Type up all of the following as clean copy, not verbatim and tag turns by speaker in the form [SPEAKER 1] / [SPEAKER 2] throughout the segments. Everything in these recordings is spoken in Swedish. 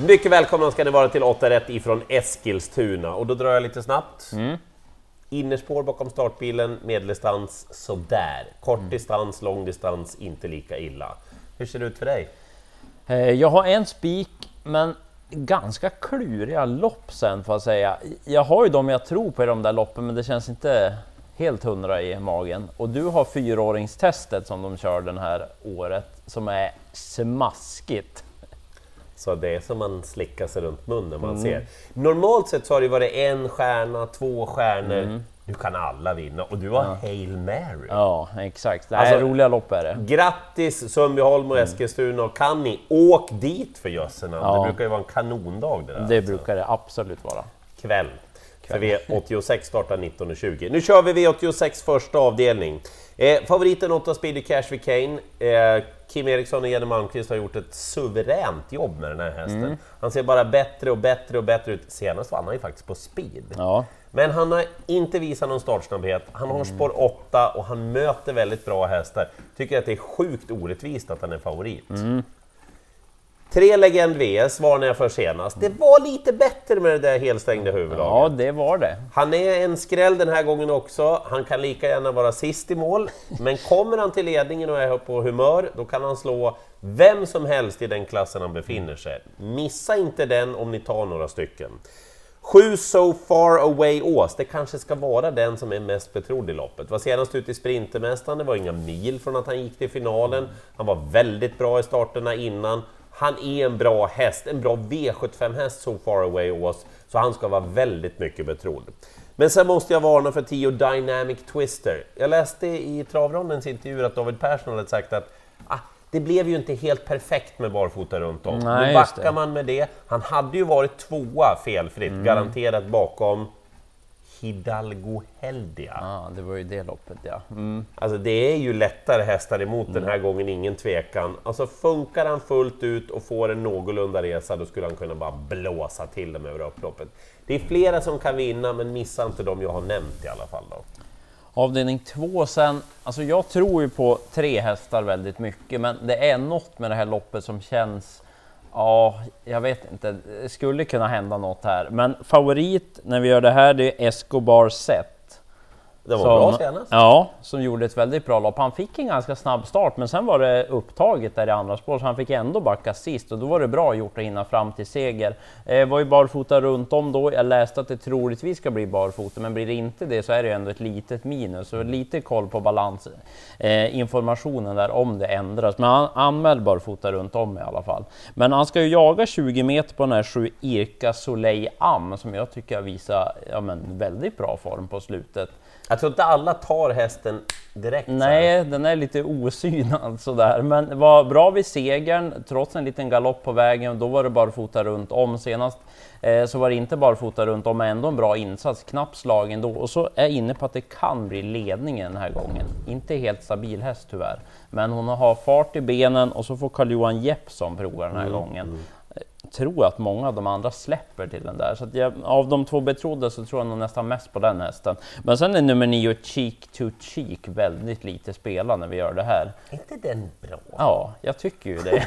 [SPEAKER 1] Mycket välkomna ska ni vara till 8 rätt ifrån Eskilstuna. Och då drar jag lite snabbt. Innerspår bakom startbilen, medeldistans sådär. Kort distans, lång distans, inte lika illa. Hur ser det ut för dig?
[SPEAKER 2] Jag har en spik, men ganska kluriga lopp sen får jag säga. Jag har ju dem jag tror på i de där loppen, men det känns inte helt 100 i magen. Och du har 4-åringstestet som de kör den här året, som är smaskigt.
[SPEAKER 1] Så det är som man slickar sig runt munnen man ser. Normalt sett så har det varit 1 stjärna, 2 stjärnor. Du kan alla vinna och du har Hail Mary.
[SPEAKER 2] Ja, exakt. Det här är roliga lopp är det.
[SPEAKER 1] Grattis Sundbyholm och Eskilstuna, och kan ni åk dit för jösserna. Det brukar ju vara en kanondag det där.
[SPEAKER 2] Det brukar det absolut vara.
[SPEAKER 1] Kväll. För V86 startar 19:20. Nu kör vi V86 första avdelning. Favoriten 8 Speedy Cash vid Kane. Kim Eriksson och Jenny Malmqvist har gjort ett suveränt jobb med den här hästen. Han ser bara bättre och bättre och bättre ut. Senast vann han ju faktiskt på speed.
[SPEAKER 2] Ja.
[SPEAKER 1] Men han har inte visat någon startsnabbhet. Han har spår 8 och han möter väldigt bra hästar. Tycker att det är sjukt orättvist att han är favorit. 3 Legend VS varnade jag för senast. Det var lite bättre med det där helstängda huvudlaget.
[SPEAKER 2] Ja, det var det.
[SPEAKER 1] Han är en skräll den här gången också. Han kan lika gärna vara sist i mål. Men kommer han till ledningen och är på humör, då kan han slå vem som helst i den klassen han befinner sig. Missa inte den om ni tar några stycken. 7 So Far Away Ås, det kanske ska vara den som är mest betrodd i loppet. Var senast ute i Sprintermästaren, det var inga mil från att han gick till finalen. Han var väldigt bra i starterna innan. Han är en bra häst, en bra V75-häst So Far Away Ås, så han ska vara väldigt mycket betrodd. Men sen måste jag varna för 10 Dynamic Twister. Jag läste i travrondens intervju att David Persson hade sagt att det blev ju inte helt perfekt med barfota runt om.
[SPEAKER 2] Nej,
[SPEAKER 1] nu backar man med det. Han hade ju varit 2:a felfritt, garanterat bakom Hidalgo Heldia.
[SPEAKER 2] Ja, det var ju det loppet, ja.
[SPEAKER 1] Alltså det är ju lättare hästar emot den här gången, ingen tvekan. Alltså funkar han fullt ut och får en någorlunda resa, då skulle han kunna bara blåsa till dem över upploppet. Det är flera som kan vinna, men missa inte dem jag har nämnt i alla fall då.
[SPEAKER 2] Avdelning 2 sen, alltså jag tror ju på 3 hästar väldigt mycket, men det är något med det här loppet som känns, jag vet inte, det skulle kunna hända något här. Men favorit när vi gör det här, det är Escobar Set.
[SPEAKER 1] Det var bra senast.
[SPEAKER 2] Ja, som gjorde ett väldigt bra lopp. Han fick en ganska snabb start, men sen var det upptaget där i andra spår, så han fick ändå backa sist, och då var det bra gjort att hinna fram till seger. Var ju barfota runt om då. Jag läste att det troligtvis ska bli barfota, men blir det inte det så är det ju ändå ett litet minus. Så lite koll på balans, informationen där om det ändras. Men han anmäld barfota runt om i alla fall. Men han ska ju jaga 20 meter på den här 7 Irka Soleil Am, som jag tycker visar väldigt bra form på slutet.
[SPEAKER 1] Jag tror inte alla tar hästen direkt.
[SPEAKER 2] Nej, den är lite osynad sådär, men var bra vid segern trots en liten galopp på vägen. Då var det barfota runt om senast, så var det inte barfota runt om, men ändå en bra insats, knappt slagen då. Och så är jag inne på att det kan bli ledningen den här gången. Inte helt stabil häst tyvärr, men hon har fart i benen, och så får Carl-Johan Jeppsson prova den här gången. Tror att många av de andra släpper till den där, så att av de 2 betrodda så tror jag nog nästan mest på den hästen. Men sen är nummer 9 Cheek to Cheek väldigt lite spelad när vi gör det här.
[SPEAKER 1] Är inte den bra?
[SPEAKER 2] Ja, jag tycker ju det.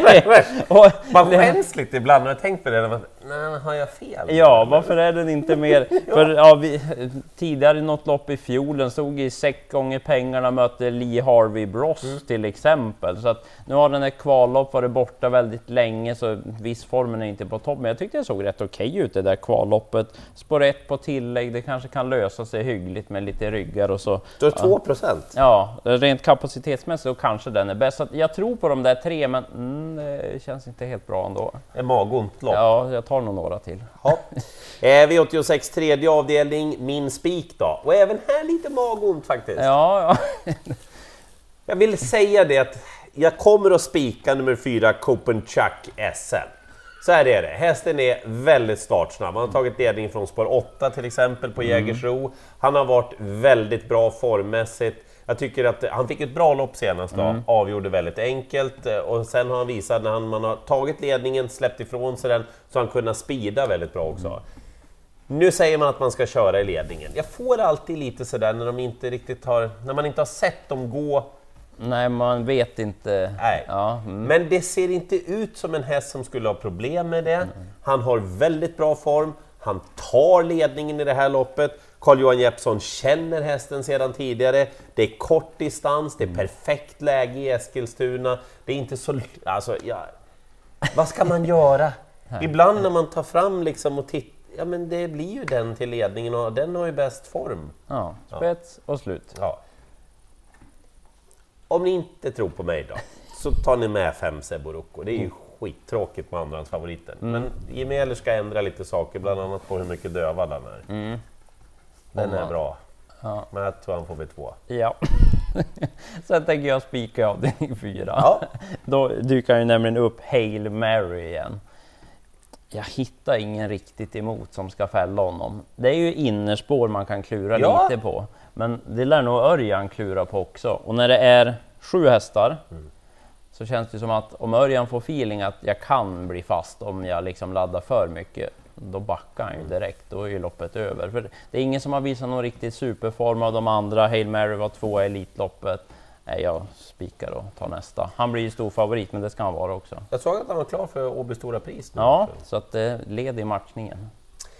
[SPEAKER 1] Man skäms lite ibland när jag tänkt på det. Nej, har jag fel?
[SPEAKER 2] Ja, varför är den inte mer? För tidigare i något lopp i fjol, den stod i 6 gånger pengarna, mötte Lee Harvey Bross till exempel. Så att nu har den här kvallopp varit borta väldigt länge, så viss formen är inte på topp, men jag tyckte det såg rätt okej ut det där kvalloppet. Spår 1 på tillägg, det kanske kan lösa sig hyggligt med lite ryggar och så.
[SPEAKER 1] Du har 2%?
[SPEAKER 2] Ja, rent kapacitetsmässigt och kanske den är bäst. Så att jag tror på de där 3, men det känns inte helt bra ändå.
[SPEAKER 1] En magont lopp.
[SPEAKER 2] Ja, jag tar nog några till.
[SPEAKER 1] Ja. V86 tredje avdelning, min spik då. Och även här lite magont faktiskt.
[SPEAKER 2] Ja.
[SPEAKER 1] Jag vill säga det att jag kommer att spika nummer 4 Copenchuck SM. Så här är det. Hästen är väldigt startsnabb. Han har tagit ledning från spår 8 till exempel på Jägersro. Han har varit väldigt bra formmässigt. Jag tycker att han fick ett bra lopp senast då, avgjorde väldigt enkelt, och sen har han visat när man har tagit ledningen, släppt ifrån sig den, så han kunnat speeda väldigt bra också. Nu säger man att man ska köra i ledningen. Jag får alltid lite sådär när de inte riktigt har, när man inte har sett dem gå
[SPEAKER 2] Nej, man vet inte.
[SPEAKER 1] Nej.
[SPEAKER 2] Ja,
[SPEAKER 1] Men det ser inte ut som en häst som skulle ha problem med det. Han har väldigt bra form, han tar ledningen i det här loppet. Carl-Johan Jeppsson känner hästen sedan tidigare. Det är kort distans, det är perfekt läge i Eskilstuna. Det är inte så... Alltså, vad ska man göra? Ibland när man tar fram liksom och tittar, ja men det blir ju den till ledningen och den har ju bäst form.
[SPEAKER 2] Ja, spets och slut.
[SPEAKER 1] Ja. Om ni inte tror på mig då, så tar ni med 5 Seborocco. Det är ju skittråkigt med andrahandsfavoriten. Men Jimmy Eller ska ändra lite saker, bland annat på hur mycket dövad den är. Den är bra.
[SPEAKER 2] Ja.
[SPEAKER 1] Men jag tror han får bli 2.
[SPEAKER 2] Ja. Sen tänker jag spika avdelning 4.
[SPEAKER 1] Ja.
[SPEAKER 2] Då dyker ju nämligen upp Hail Mary igen. Jag hittar ingen riktigt emot som ska fälla honom. Det är ju innerspår man kan klura lite på. Men det lär nog Örjan klura på också. Och när det är 7 hästar så känns det som att om Örjan får feeling att jag kan bli fast om jag liksom laddar för mycket, då backar han ju direkt, då är ju loppet över. För det är ingen som har visat någon riktigt superform av de andra. Hail Mary var 2 i Elitloppet. Nej, jag spikar och tar nästa. Han blir ju stor favorit, men det ska han vara också.
[SPEAKER 1] Jag såg att han var klar för Åby Stora Pris nu.
[SPEAKER 2] Ja, så att det leder i matchningen.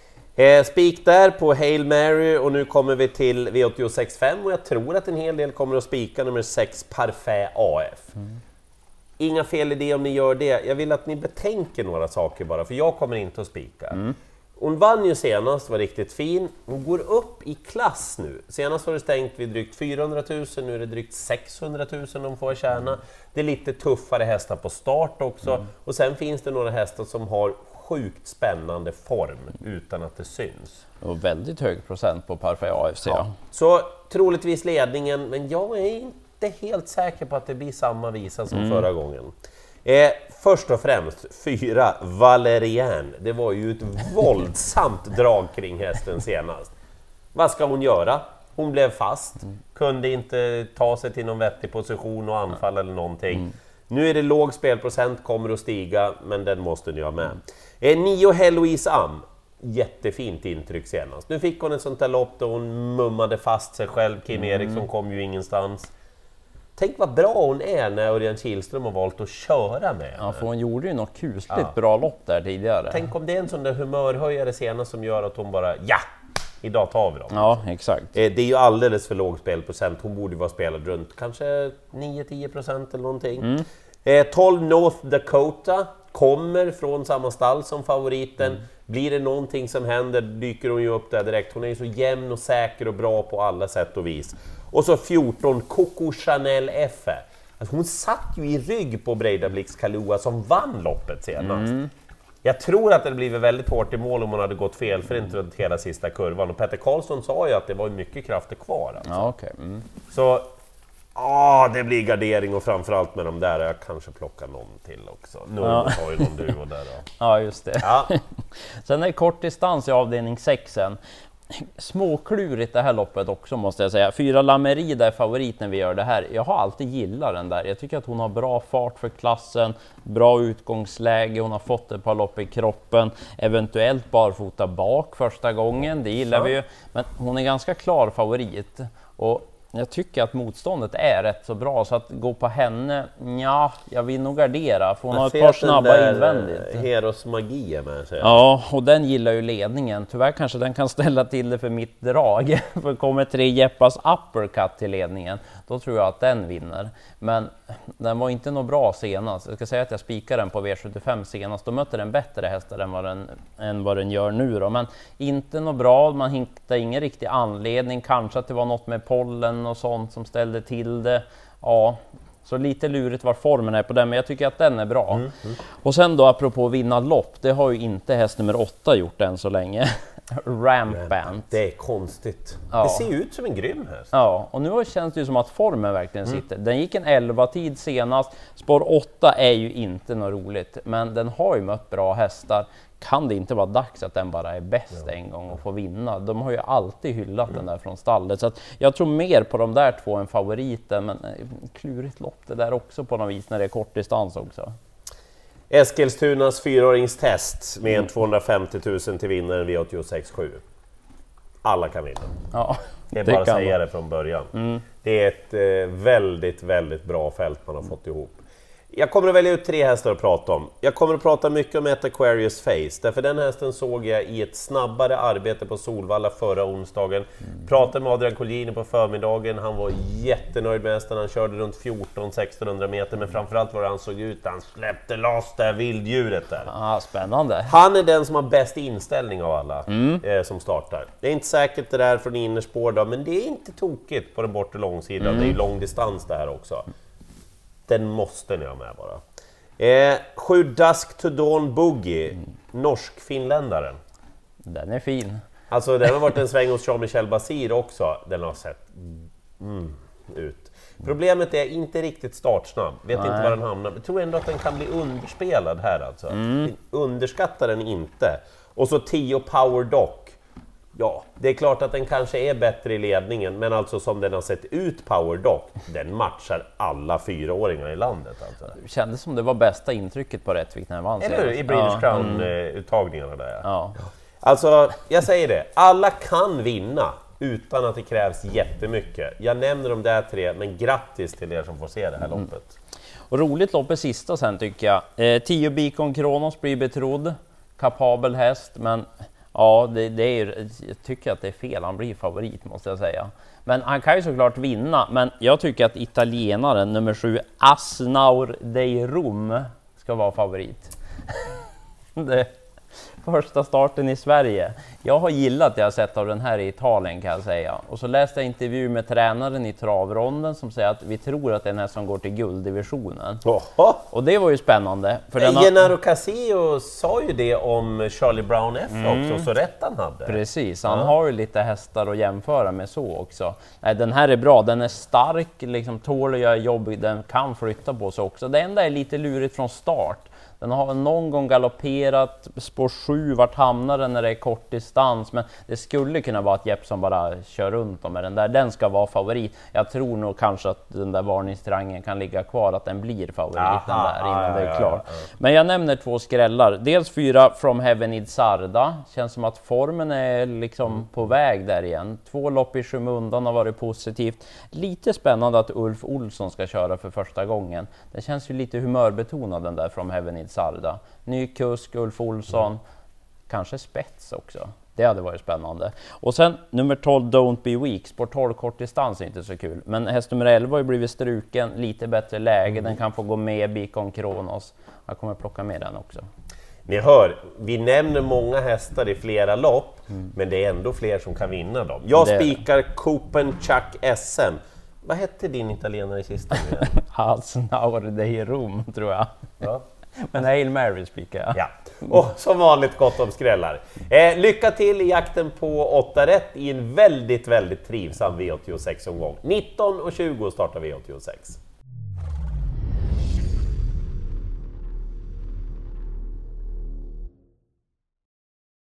[SPEAKER 1] Spik där på Hail Mary och nu kommer vi till V86.5 och jag tror att en hel del kommer att spika nummer 6 Parfait AF. Inga fel i det om ni gör det. Jag vill att ni betänker några saker bara, för jag kommer inte att spika. Hon vann ju senast, var riktigt fin. Hon går upp i klass nu. Senast var det stängt vid drygt 400 000, nu är det drygt 600 000 de får tjäna. Det är lite tuffare hästar på start också. Och sen finns det några hästar som har sjukt spännande form utan att det syns.
[SPEAKER 2] Och väldigt hög procent på Parfait AFC. Ja.
[SPEAKER 1] Så troligtvis ledningen, men jag är inte helt säker på att det blir samma visa som förra gången. Först och främst 4 Valerian. Det var ju ett våldsamt drag kring hästen senast. Vad ska hon göra? Hon blev fast, kunde inte ta sig till någon vettig position och anfall eller någonting. Nu är det låg spelprocent, kommer att stiga, men den måste ni ha med. 9 Heloise Am. Jättefint intryck senast. Nu fick hon ett sånt där lopp då hon mummade fast sig själv. Kim Eriksson kom ju ingenstans. Tänk vad bra hon är när Örjan Kihlström har valt att köra med.
[SPEAKER 2] Ja, för hon gjorde ju något kusligt bra lopp där tidigare.
[SPEAKER 1] Tänk om det är en sån där humörhöjare senast som gör att hon bara, idag tar vi dem.
[SPEAKER 2] Ja, exakt.
[SPEAKER 1] Det är ju alldeles för låg spelprocent. Hon borde vara spelad runt kanske 9-10% eller någonting. 12 North Dakota kommer från samma stall som favoriten. Blir det någonting som händer dyker hon ju upp där direkt. Hon är ju så jämn och säker och bra på alla sätt och vis. Och så 14 Coco Chanel F. Alltså hon satt ju i rygg på Breidablix Kahlua som vann loppet senast. Jag tror att det blivit väldigt hårt i mål om hon hade gått fel för inte runt hela sista kurvan. Och Petter Karlsson sa ju att det var mycket krafter kvar. Alltså.
[SPEAKER 2] Ja, okay.
[SPEAKER 1] Så det blir gardering och framförallt med de där. Jag kanske plockar någon till också. Nu har ju någon duo där då.
[SPEAKER 2] Ja, just det.
[SPEAKER 1] Ja.
[SPEAKER 2] Sen är det kort distans i avdelning 6. Småklurigt det här loppet också måste jag säga. 4 Lamerida är favorit när vi gör det här. Jag har alltid gillat den där. Jag tycker att hon har bra fart för klassen, bra utgångsläge, hon har fått ett par lopp i kroppen, eventuellt barfota bak första gången, det gillar vi ju. Men hon är ganska klar favorit och jag tycker att motståndet är rätt så bra, så att gå på henne, jag vill nog gardera, för hon har ett par snabba invändigt.
[SPEAKER 1] Heros magi är med sig.
[SPEAKER 2] Ja, och den gillar ju ledningen. Tyvärr kanske den kan ställa till det för mitt drag. För kommer 3 Jeppas uppercut till ledningen, då tror jag att den vinner. Men den var inte något bra senast. Jag ska säga att jag spikade den på V75 senast. Då mötte den bättre hästar än vad den gör nu då. Men inte något bra, man hittade ingen riktig anledning. Kanske att det var något med pollen och sånt som ställde till det. Ja, så lite lurigt var formen är på den, men jag tycker att den är bra. Och sen då apropå vinna lopp, det har ju inte häst nummer 8 gjort än så länge. Rampant.
[SPEAKER 1] Det är konstigt.
[SPEAKER 2] Ja.
[SPEAKER 1] Det ser ju ut som en grym häst.
[SPEAKER 2] Ja, och nu känns det ju som att formen verkligen sitter. Den gick en 11-tid senast. Spår 8 är ju inte något roligt, men den har ju mött bra hästar. Kan det inte vara dags att den bara är bäst en gång och får vinna? De har ju alltid hyllat den där från stallet, så att jag tror mer på de där 2 än favoriten, men klurigt lopp det där också på något vis när det är kort distans också.
[SPEAKER 1] Eskilstunas 4-åringstest med en 250 000 till vinnaren V86.7. alla kan vinna.
[SPEAKER 2] Ja,
[SPEAKER 1] Det är bara att säga det från början. Det är ett väldigt, väldigt bra fält man har fått ihop. Jag kommer att välja ut 3 hästar att prata om. Jag kommer att prata mycket om ett Aquarius Face, därför den hästen såg jag i ett snabbare arbete på Solvalla förra onsdagen. Pratade med Adrian Colgjini på förmiddagen, han var jättenöjd med hästen, han körde runt 14-1600 meter, men framförallt vad han såg ut, han släppte loss det här vilddjuret där.
[SPEAKER 2] Ja, spännande.
[SPEAKER 1] Han är den som har bäst inställning av alla som startar. Det är inte säkert det där från innerspår då, men det är inte tokigt på den bortre långsidan, det är ju lång distans det här också. Den måste ni ha med bara. 7 Dusk to Dawn Boogie, norsk-finländaren.
[SPEAKER 2] Den är fin.
[SPEAKER 1] Alltså den har varit en sväng hos Jean-Michel Basir också, den har sett ut. Problemet är inte riktigt startsnabb, vet inte var den hamnar. Jag tror ändå att den kan bli underspelad här alltså. Underskattar den inte. Och så 10 Power Doc. Ja, det är klart att den kanske är bättre i ledningen, men alltså som den har sett ut Power Doc, den matchar alla 4-åringar i landet alltså.
[SPEAKER 2] Det kändes som det var bästa intrycket på Rättvik när den vann.
[SPEAKER 1] Eller hur? I British Crown-uttagningarna där.
[SPEAKER 2] Ja.
[SPEAKER 1] Alltså, jag säger det, alla kan vinna utan att det krävs jättemycket. Jag nämner de där 3, men grattis till er som får se det här loppet.
[SPEAKER 2] Och roligt lopp är sista sen tycker jag. 10 Beacon Kronos blir betrodd, kapabel häst, men ja, det är, jag tycker att det är fel, han blir favorit måste jag säga. Men han kan ju såklart vinna, men jag tycker att italienaren nummer 7, Asnaur dei Rum, ska vara favorit. Det första starten i Sverige. Jag har gillat det jag sett av den här i Italien kan jag säga. Och så läste jag intervju med tränaren i travronden som säger att vi tror att det är den här som går till gulddivisionen. Och det var ju spännande. För
[SPEAKER 1] Gennaro Casillo sa ju det om Charlie Brown F också, så rätt han hade.
[SPEAKER 2] Precis, han har ju lite hästar att jämföra med så också. Nej, den här är bra, den är stark, liksom tål att göra jobb, den kan flytta på sig också. Det enda är lite lurigt från start. Den har någon gång galopperat, spår 7, vart hamnar den när det är kort distans, men det skulle kunna vara att Jeppson bara kör runt om med den där. Den ska vara favorit. Jag tror nog kanske att den där varningstriangeln kan ligga kvar, att den blir favorit den där innan det är klart. Men jag nämner 2 skrällar. Dels 4 From Heaven Idsarda. Känns som att formen är liksom på väg där igen. 2 lopp i skymundan har varit positivt. Lite spännande att Ulf Olsson ska köra för första gången. Den känns ju lite humörbetonad den där From Heaven Idsarda. Ny kusk, Ulf Olsson, kanske spets också. Det hade varit spännande. Och sen nummer 12 Don't Be Weak. Sport 12 kort distans är inte så kul. Men häst nummer 11 har ju blivit struken, lite bättre läge. Den kan få gå med Beacon Kronos. Jag kommer plocka med den också.
[SPEAKER 1] Ni hör, vi nämner många hästar i flera lopp, men det är ändå fler som kan vinna dem. Jag spikar Copenchac SM. Vad hette din italienare i sista?
[SPEAKER 2] Asnaur dei Rum tror jag. Ja. Men Hail Mary spikar jag.
[SPEAKER 1] Ja. Och som vanligt gott om skrällar. Lycka till i jakten på 8 rätt i en väldigt, väldigt trivsam V86-omgång. 19:20 startar V86.